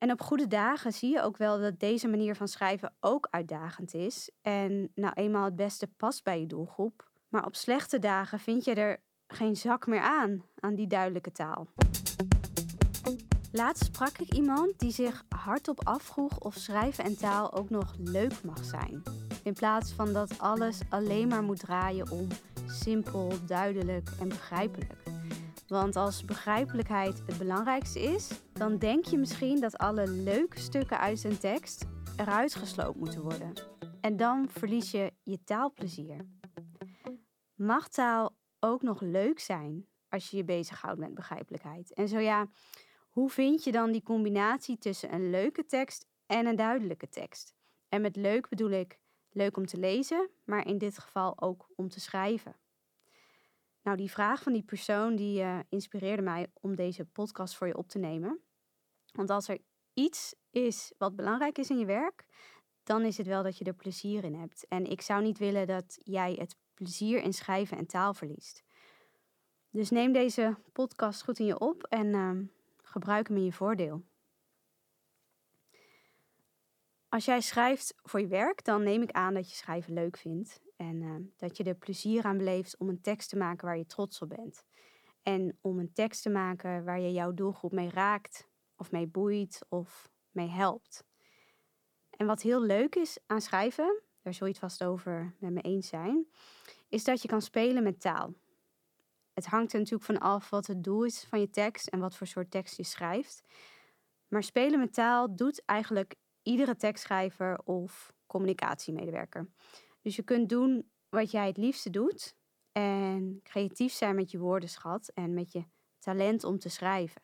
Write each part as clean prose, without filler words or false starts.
En op goede dagen zie je ook wel dat deze manier van schrijven ook uitdagend is. En nou eenmaal het beste past bij je doelgroep. Maar op slechte dagen vind je er geen zak meer aan die duidelijke taal. Laatst sprak ik iemand die zich hardop afvroeg of schrijven en taal ook nog leuk mag zijn. In plaats van dat alles alleen maar moet draaien om simpel, duidelijk en begrijpelijk. Want als begrijpelijkheid het belangrijkste is, dan denk je misschien dat alle leuke stukken uit een tekst eruit gesloopt moeten worden. En dan verlies je je taalplezier. Mag taal ook nog leuk zijn als je je bezighoudt met begrijpelijkheid? En zo ja, hoe vind je dan die combinatie tussen een leuke tekst en een duidelijke tekst? En met leuk bedoel ik leuk om te lezen, maar in dit geval ook om te schrijven. Nou, die vraag van die persoon die inspireerde mij om deze podcast voor je op te nemen. Want als er iets is wat belangrijk is in je werk, dan is het wel dat je er plezier in hebt. En ik zou niet willen dat jij het plezier in schrijven en taal verliest. Dus neem deze podcast goed in je op en gebruik hem in je voordeel. Als jij schrijft voor je werk, dan neem ik aan dat je schrijven leuk vindt. En dat je er plezier aan beleeft om een tekst te maken waar je trots op bent. En om een tekst te maken waar je jouw doelgroep mee raakt, of mee boeit, of mee helpt. En wat heel leuk is aan schrijven, daar zul je het vast over met me eens zijn, is dat je kan spelen met taal. Het hangt er natuurlijk van af wat het doel is van je tekst en wat voor soort tekst je schrijft. Maar spelen met taal doet eigenlijk iedere tekstschrijver of communicatiemedewerker. Dus je kunt doen wat jij het liefste doet en creatief zijn met je woordenschat en met je talent om te schrijven.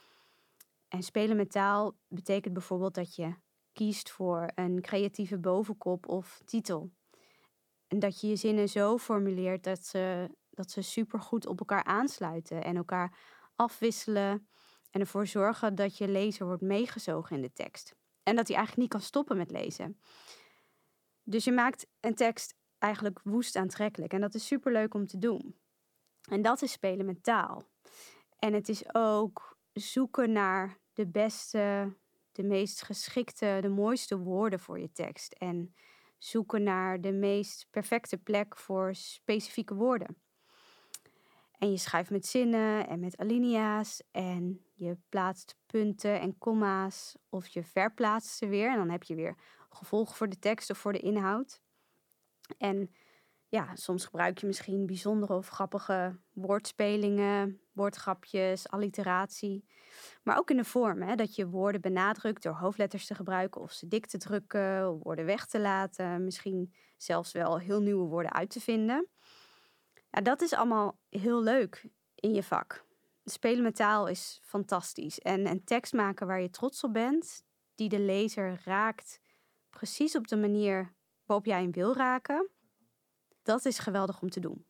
En spelen met taal betekent bijvoorbeeld dat je kiest voor een creatieve bovenkop of titel. En dat je je zinnen zo formuleert dat ze supergoed op elkaar aansluiten en elkaar afwisselen en ervoor zorgen dat je lezer wordt meegezogen in de tekst. En dat hij eigenlijk niet kan stoppen met lezen. Dus je maakt een tekst eigenlijk woest aantrekkelijk. En dat is superleuk om te doen. En dat is spelen met taal. En het is ook zoeken naar de beste, de meest geschikte, de mooiste woorden voor je tekst. En zoeken naar de meest perfecte plek voor specifieke woorden. En je schrijft met zinnen en met alinea's en je plaatst punten en komma's of je verplaatst ze weer. En dan heb je weer gevolg voor de tekst of voor de inhoud. En ja, soms gebruik je misschien bijzondere of grappige woordspelingen, woordgrapjes, alliteratie. Maar ook in de vorm, dat je woorden benadrukt door hoofdletters te gebruiken of ze dik te drukken, woorden weg te laten. Misschien zelfs wel heel nieuwe woorden uit te vinden. Ja, dat is allemaal heel leuk in je vak. Spelen met taal is fantastisch. En een tekst maken waar je trots op bent, die de lezer raakt, precies op de manier waarop jij hem wil raken, dat is geweldig om te doen.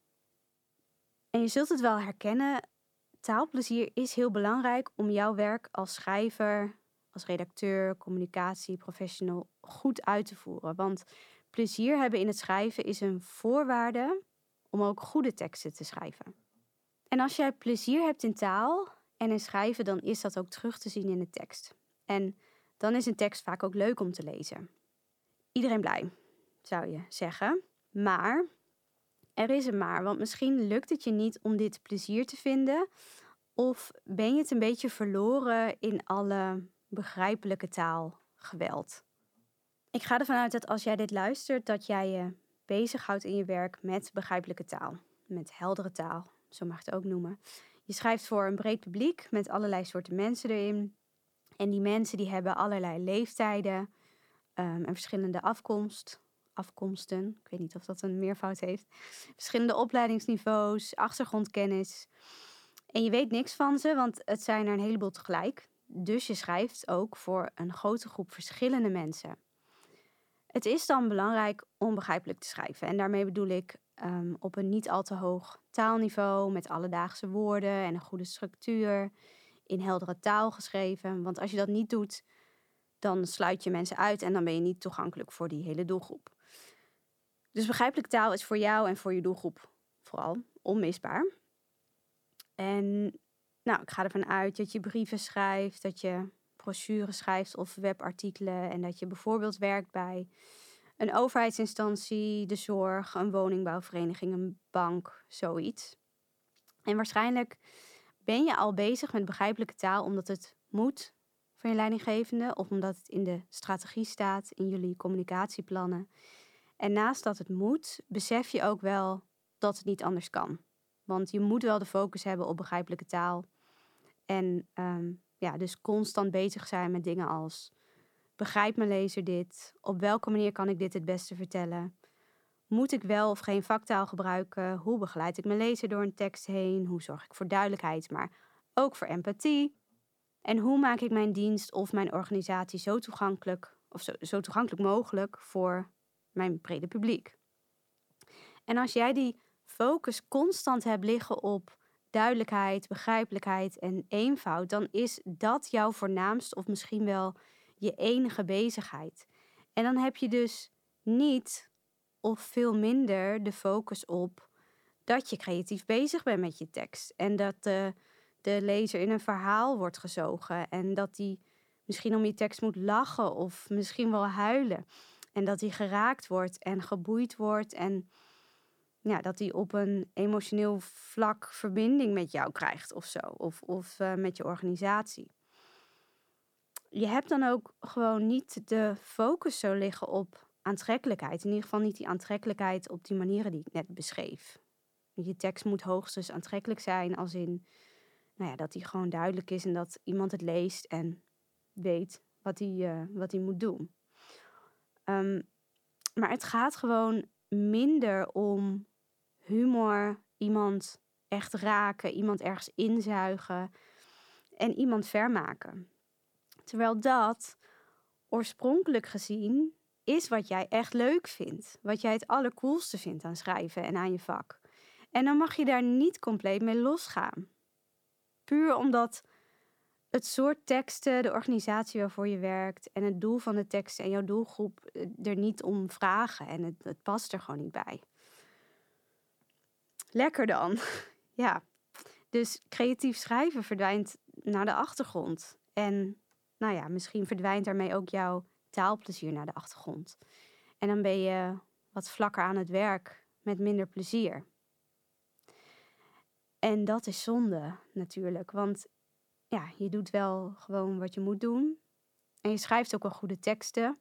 En je zult het wel herkennen, taalplezier is heel belangrijk om jouw werk als schrijver, als redacteur, communicatieprofessional goed uit te voeren. Want plezier hebben in het schrijven is een voorwaarde om ook goede teksten te schrijven. En als jij plezier hebt in taal en in schrijven, dan is dat ook terug te zien in de tekst. En dan is een tekst vaak ook leuk om te lezen. Iedereen blij, zou je zeggen. Maar er is een maar, want misschien lukt het je niet om dit plezier te vinden. Of ben je het een beetje verloren in alle begrijpelijke taalgeweld. Ik ga ervan uit dat als jij dit luistert, dat jij je bezighoudt in je werk met begrijpelijke taal. Met heldere taal, zo mag je het ook noemen. Je schrijft voor een breed publiek met allerlei soorten mensen erin. En die mensen die hebben allerlei leeftijden en verschillende afkomsten. Ik weet niet of dat een meervoud heeft. Verschillende opleidingsniveaus, achtergrondkennis. En je weet niks van ze, want het zijn er een heleboel tegelijk. Dus je schrijft ook voor een grote groep verschillende mensen. Het is dan belangrijk om begrijpelijk te schrijven. En daarmee bedoel ik op een niet al te hoog taalniveau met alledaagse woorden en een goede structuur, in heldere taal geschreven. Want als je dat niet doet, dan sluit je mensen uit en dan ben je niet toegankelijk voor die hele doelgroep. Dus begrijpelijke taal is voor jou en voor je doelgroep vooral onmisbaar. En nou, ik ga ervan uit dat je brieven schrijft, dat je brochures schrijft of webartikelen en dat je bijvoorbeeld werkt bij een overheidsinstantie, de zorg, een woningbouwvereniging, een bank, zoiets. En waarschijnlijk ben je al bezig met begrijpelijke taal omdat het moet van je leidinggevende of omdat het in de strategie staat, in jullie communicatieplannen. En naast dat het moet, besef je ook wel dat het niet anders kan. Want je moet wel de focus hebben op begrijpelijke taal. En dus constant bezig zijn met dingen als: begrijpt mijn lezer dit? Op welke manier kan ik dit het beste vertellen? Moet ik wel of geen vaktaal gebruiken? Hoe begeleid ik mijn lezer door een tekst heen? Hoe zorg ik voor duidelijkheid, maar ook voor empathie? En hoe maak ik mijn dienst of mijn organisatie zo toegankelijk mogelijk voor mijn brede publiek? En als jij die focus constant hebt liggen op duidelijkheid, begrijpelijkheid en eenvoud, dan is dat jouw voornaamste of misschien wel je enige bezigheid. En dan heb je dus niet of veel minder de focus op dat je creatief bezig bent met je tekst. En dat de lezer in een verhaal wordt gezogen. En dat die misschien om je tekst moet lachen of misschien wel huilen. En dat die geraakt wordt en geboeid wordt. En ja, dat die op een emotioneel vlak verbinding met jou krijgt of zo. Of met je organisatie. Je hebt dan ook gewoon niet de focus zo liggen op aantrekkelijkheid. In ieder geval niet die aantrekkelijkheid op die manieren die ik net beschreef. Je tekst moet hoogstens aantrekkelijk zijn als in dat die gewoon duidelijk is en dat iemand het leest en weet wat hij moet doen. Maar het gaat gewoon minder om humor, iemand echt raken, iemand ergens inzuigen en iemand vermaken. Terwijl dat oorspronkelijk gezien is wat jij echt leuk vindt. Wat jij het allercoolste vindt aan schrijven en aan je vak. En dan mag je daar niet compleet mee losgaan. Puur omdat het soort teksten, de organisatie waarvoor je werkt en het doel van de teksten en jouw doelgroep er niet om vragen. En het past er gewoon niet bij. Lekker dan. Ja. Dus creatief schrijven verdwijnt naar de achtergrond. En misschien verdwijnt daarmee ook jouw taalplezier naar de achtergrond. En dan ben je wat vlakker aan het werk met minder plezier. En dat is zonde natuurlijk, want je doet wel gewoon wat je moet doen. En je schrijft ook wel goede teksten.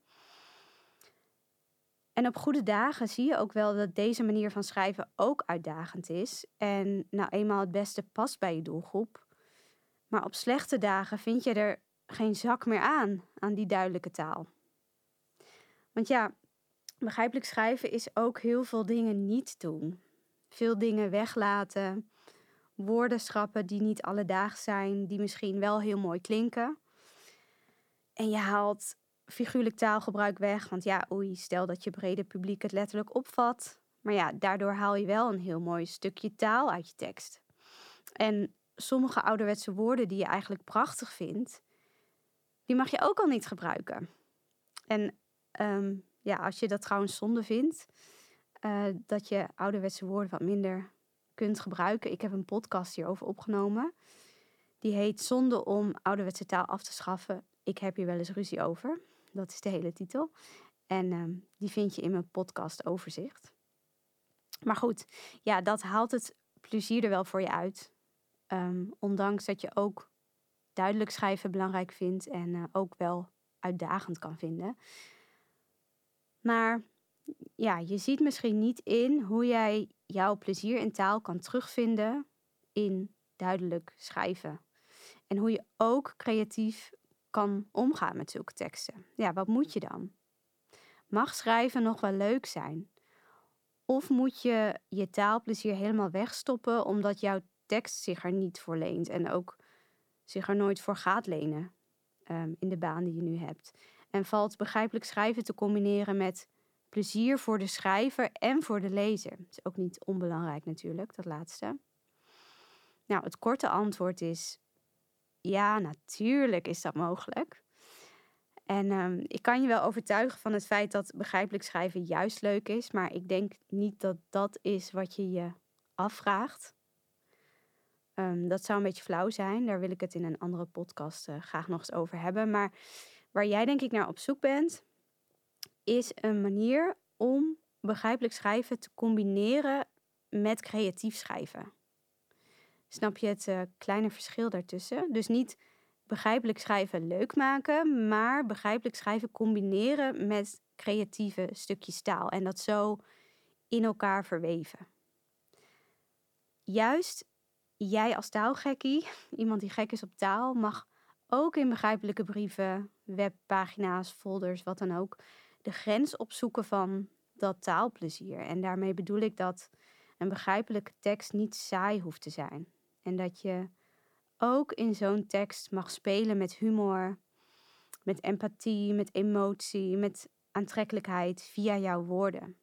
En op goede dagen zie je ook wel dat deze manier van schrijven ook uitdagend is. En eenmaal het beste past bij je doelgroep. Maar op slechte dagen vind je er geen zak meer aan die duidelijke taal. Want begrijpelijk schrijven is ook heel veel dingen niet doen. Veel dingen weglaten. Woorden schrappen die niet alledaags zijn, die misschien wel heel mooi klinken. En je haalt figuurlijk taalgebruik weg, want stel dat je brede publiek het letterlijk opvat. Maar daardoor haal je wel een heel mooi stukje taal uit je tekst. En sommige ouderwetse woorden die je eigenlijk prachtig vindt, die mag je ook al niet gebruiken. En als je dat trouwens zonde vindt, dat je ouderwetse woorden wat minder kunt gebruiken. Ik heb een podcast hierover opgenomen. Die heet Zonde om ouderwetse taal af te schaffen. Ik heb hier wel eens ruzie over. Dat is de hele titel. En die vind je in mijn podcast overzicht. Maar goed, dat haalt het plezier er wel voor je uit. Ondanks dat je ook duidelijk schrijven belangrijk vindt en ook wel uitdagend kan vinden. Maar je ziet misschien niet in hoe jij jouw plezier in taal kan terugvinden in duidelijk schrijven. En hoe je ook creatief kan omgaan met zulke teksten. Wat moet je dan? Mag schrijven nog wel leuk zijn? Of moet je je taalplezier helemaal wegstoppen omdat jouw tekst zich er niet voor leent en ook zich er nooit voor gaat lenen in de baan die je nu hebt? En valt begrijpelijk schrijven te combineren met plezier voor de schrijver en voor de lezer? Dat is ook niet onbelangrijk natuurlijk, dat laatste. Het korte antwoord is: ja, natuurlijk is dat mogelijk. En ik kan je wel overtuigen van het feit dat begrijpelijk schrijven juist leuk is. Maar ik denk niet dat dat is wat je je afvraagt. Dat zou een beetje flauw zijn. Daar wil ik het in een andere podcast graag nog eens over hebben. Maar waar jij denk ik naar op zoek bent, is een manier om begrijpelijk schrijven te combineren met creatief schrijven. Snap je het kleine verschil daartussen? Dus niet begrijpelijk schrijven leuk maken, maar begrijpelijk schrijven combineren met creatieve stukjes taal. En dat zo in elkaar verweven. Juist jij als taalgekkie, iemand die gek is op taal, mag ook in begrijpelijke brieven, webpagina's, folders, wat dan ook, de grens opzoeken van dat taalplezier. En daarmee bedoel ik dat een begrijpelijke tekst niet saai hoeft te zijn. En dat je ook in zo'n tekst mag spelen met humor, met empathie, met emotie, met aantrekkelijkheid via jouw woorden.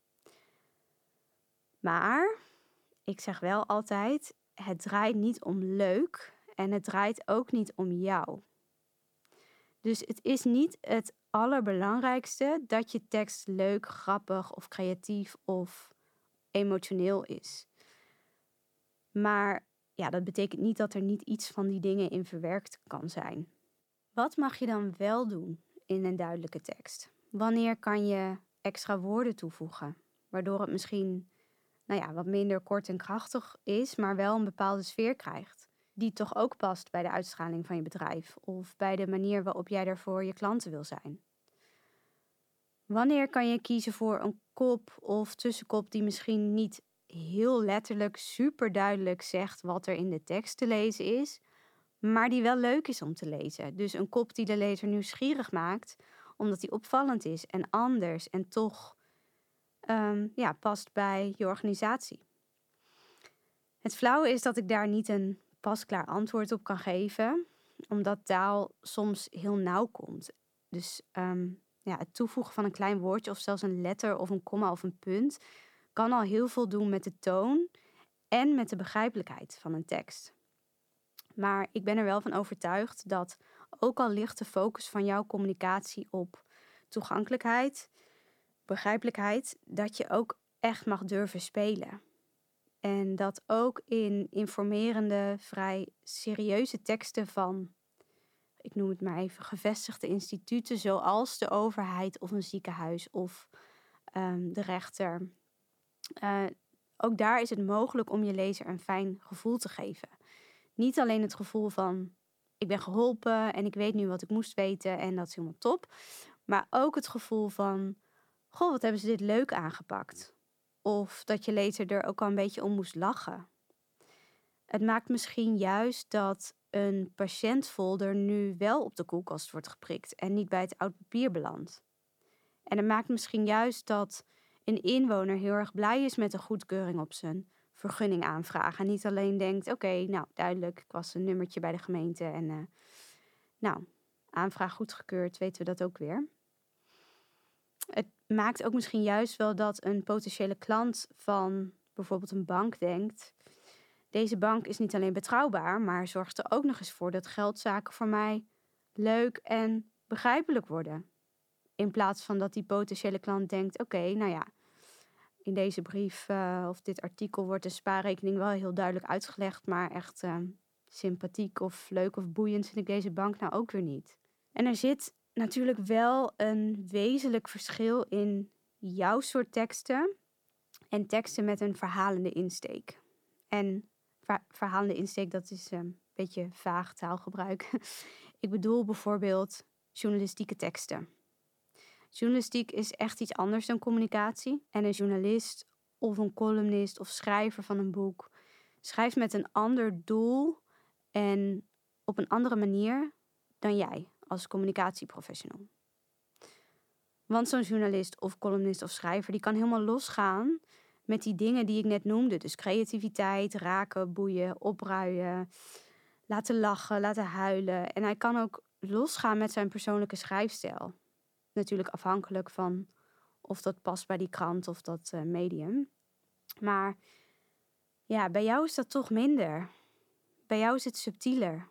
Maar ik zeg wel altijd, het draait niet om leuk en het draait ook niet om jou. Dus het is niet het allerbelangrijkste dat je tekst leuk, grappig of creatief of emotioneel is. Maar ja, dat betekent niet dat er niet iets van die dingen in verwerkt kan zijn. Wat mag je dan wel doen in een duidelijke tekst? Wanneer kan je extra woorden toevoegen, waardoor het misschien wat minder kort en krachtig is, maar wel een bepaalde sfeer krijgt, die toch ook past bij de uitstraling van je bedrijf of bij de manier waarop jij er voor je klanten wil zijn? Wanneer kan je kiezen voor een kop of tussenkop die misschien niet heel letterlijk super duidelijk zegt wat er in de tekst te lezen is, maar die wel leuk is om te lezen? Dus een kop die de lezer nieuwsgierig maakt, omdat die opvallend is en anders en toch past bij je organisatie. Het flauwe is dat ik daar niet een pasklaar antwoord op kan geven, omdat taal soms heel nauw komt. Dus het toevoegen van een klein woordje of zelfs een letter of een komma of een punt kan al heel veel doen met de toon en met de begrijpelijkheid van een tekst. Maar ik ben er wel van overtuigd dat ook al ligt de focus van jouw communicatie op toegankelijkheid, begrijpelijkheid, dat je ook echt mag durven spelen. En dat ook in informerende, vrij serieuze teksten van, ik noem het maar even, gevestigde instituten zoals de overheid of een ziekenhuis of de rechter. Ook daar is het mogelijk om je lezer een fijn gevoel te geven. Niet alleen het gevoel van, ik ben geholpen en ik weet nu wat ik moest weten en dat is helemaal top. Maar ook het gevoel van, goh, wat hebben ze dit leuk aangepakt. Of dat je lezer er ook al een beetje om moest lachen. Het maakt misschien juist dat een patiëntfolder nu wel op de koelkast wordt geprikt en niet bij het oud papier belandt. En het maakt misschien juist dat een inwoner heel erg blij is met een goedkeuring op zijn vergunning aanvragen. En niet alleen denkt, oké, nou duidelijk, ik was een nummertje bij de gemeente en aanvraag goedgekeurd, weten we dat ook weer. Het maakt ook misschien juist wel dat een potentiële klant van bijvoorbeeld een bank denkt, deze bank is niet alleen betrouwbaar, maar zorgt er ook nog eens voor dat geldzaken voor mij leuk en begrijpelijk worden. In plaats van dat die potentiële klant denkt, oké, in deze brief of dit artikel wordt de spaarrekening wel heel duidelijk uitgelegd, maar echt sympathiek of leuk of boeiend vind ik deze bank nou ook weer niet. En er zit natuurlijk wel een wezenlijk verschil in jouw soort teksten en teksten met een verhalende insteek. En verhalende insteek, dat is een beetje vaag taalgebruik. Ik bedoel bijvoorbeeld journalistieke teksten. Journalistiek is echt iets anders dan communicatie. En een journalist of een columnist of schrijver van een boek schrijft met een ander doel en op een andere manier dan jij als communicatieprofessional. Want zo'n journalist of columnist of schrijver die kan helemaal losgaan met die dingen die ik net noemde. Dus creativiteit, raken, boeien, opruien, laten lachen, laten huilen. En hij kan ook losgaan met zijn persoonlijke schrijfstijl. Natuurlijk afhankelijk van of dat past bij die krant of dat medium. Maar ja, bij jou is dat toch minder. Bij jou is het subtieler.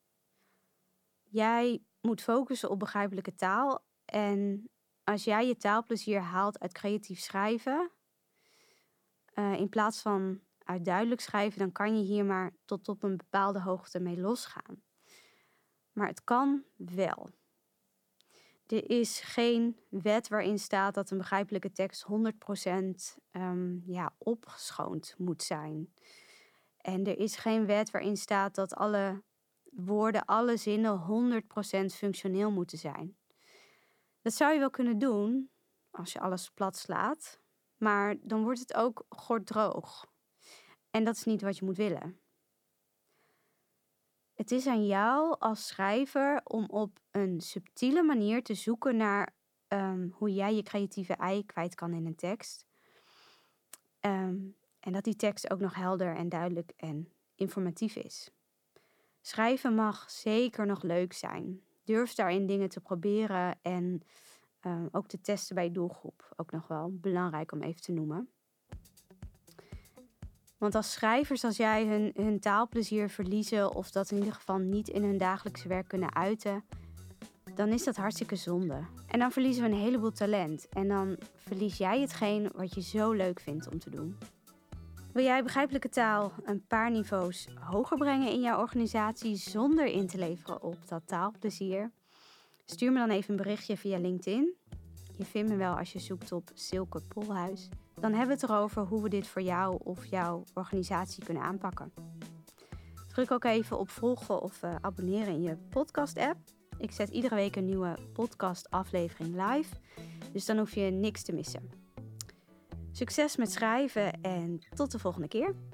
Jij moet focussen op begrijpelijke taal. En als jij je taalplezier haalt uit creatief schrijven, in plaats van uit duidelijk schrijven, dan kan je hier maar tot op een bepaalde hoogte mee losgaan. Maar het kan wel. Er is geen wet waarin staat dat een begrijpelijke tekst 100% opgeschoond moet zijn. En er is geen wet waarin staat dat alle woorden, alle zinnen 100% functioneel moeten zijn. Dat zou je wel kunnen doen als je alles plat slaat, maar dan wordt het ook gorddroog. En dat is niet wat je moet willen. Het is aan jou als schrijver om op een subtiele manier te zoeken naar hoe jij je creatieve ei kwijt kan in een tekst. En dat die tekst ook nog helder en duidelijk en informatief is. Schrijven mag zeker nog leuk zijn. Durf daarin dingen te proberen en ook te testen bij je doelgroep. Ook nog wel belangrijk om even te noemen. Want als schrijvers, als jij hun taalplezier verliezen of dat in ieder geval niet in hun dagelijkse werk kunnen uiten, dan is dat hartstikke zonde. En dan verliezen we een heleboel talent. En dan verlies jij hetgeen wat je zo leuk vindt om te doen. Wil jij begrijpelijke taal een paar niveaus hoger brengen in jouw organisatie zonder in te leveren op dat taalplezier? Stuur me dan even een berichtje via LinkedIn. Je vindt me wel als je zoekt op Silke Polhuis. Dan hebben we het erover hoe we dit voor jou of jouw organisatie kunnen aanpakken. Druk ook even op volgen of abonneren in je podcast-app. Ik zet iedere week een nieuwe podcast-aflevering live, dus dan hoef je niks te missen. Succes met schrijven en tot de volgende keer.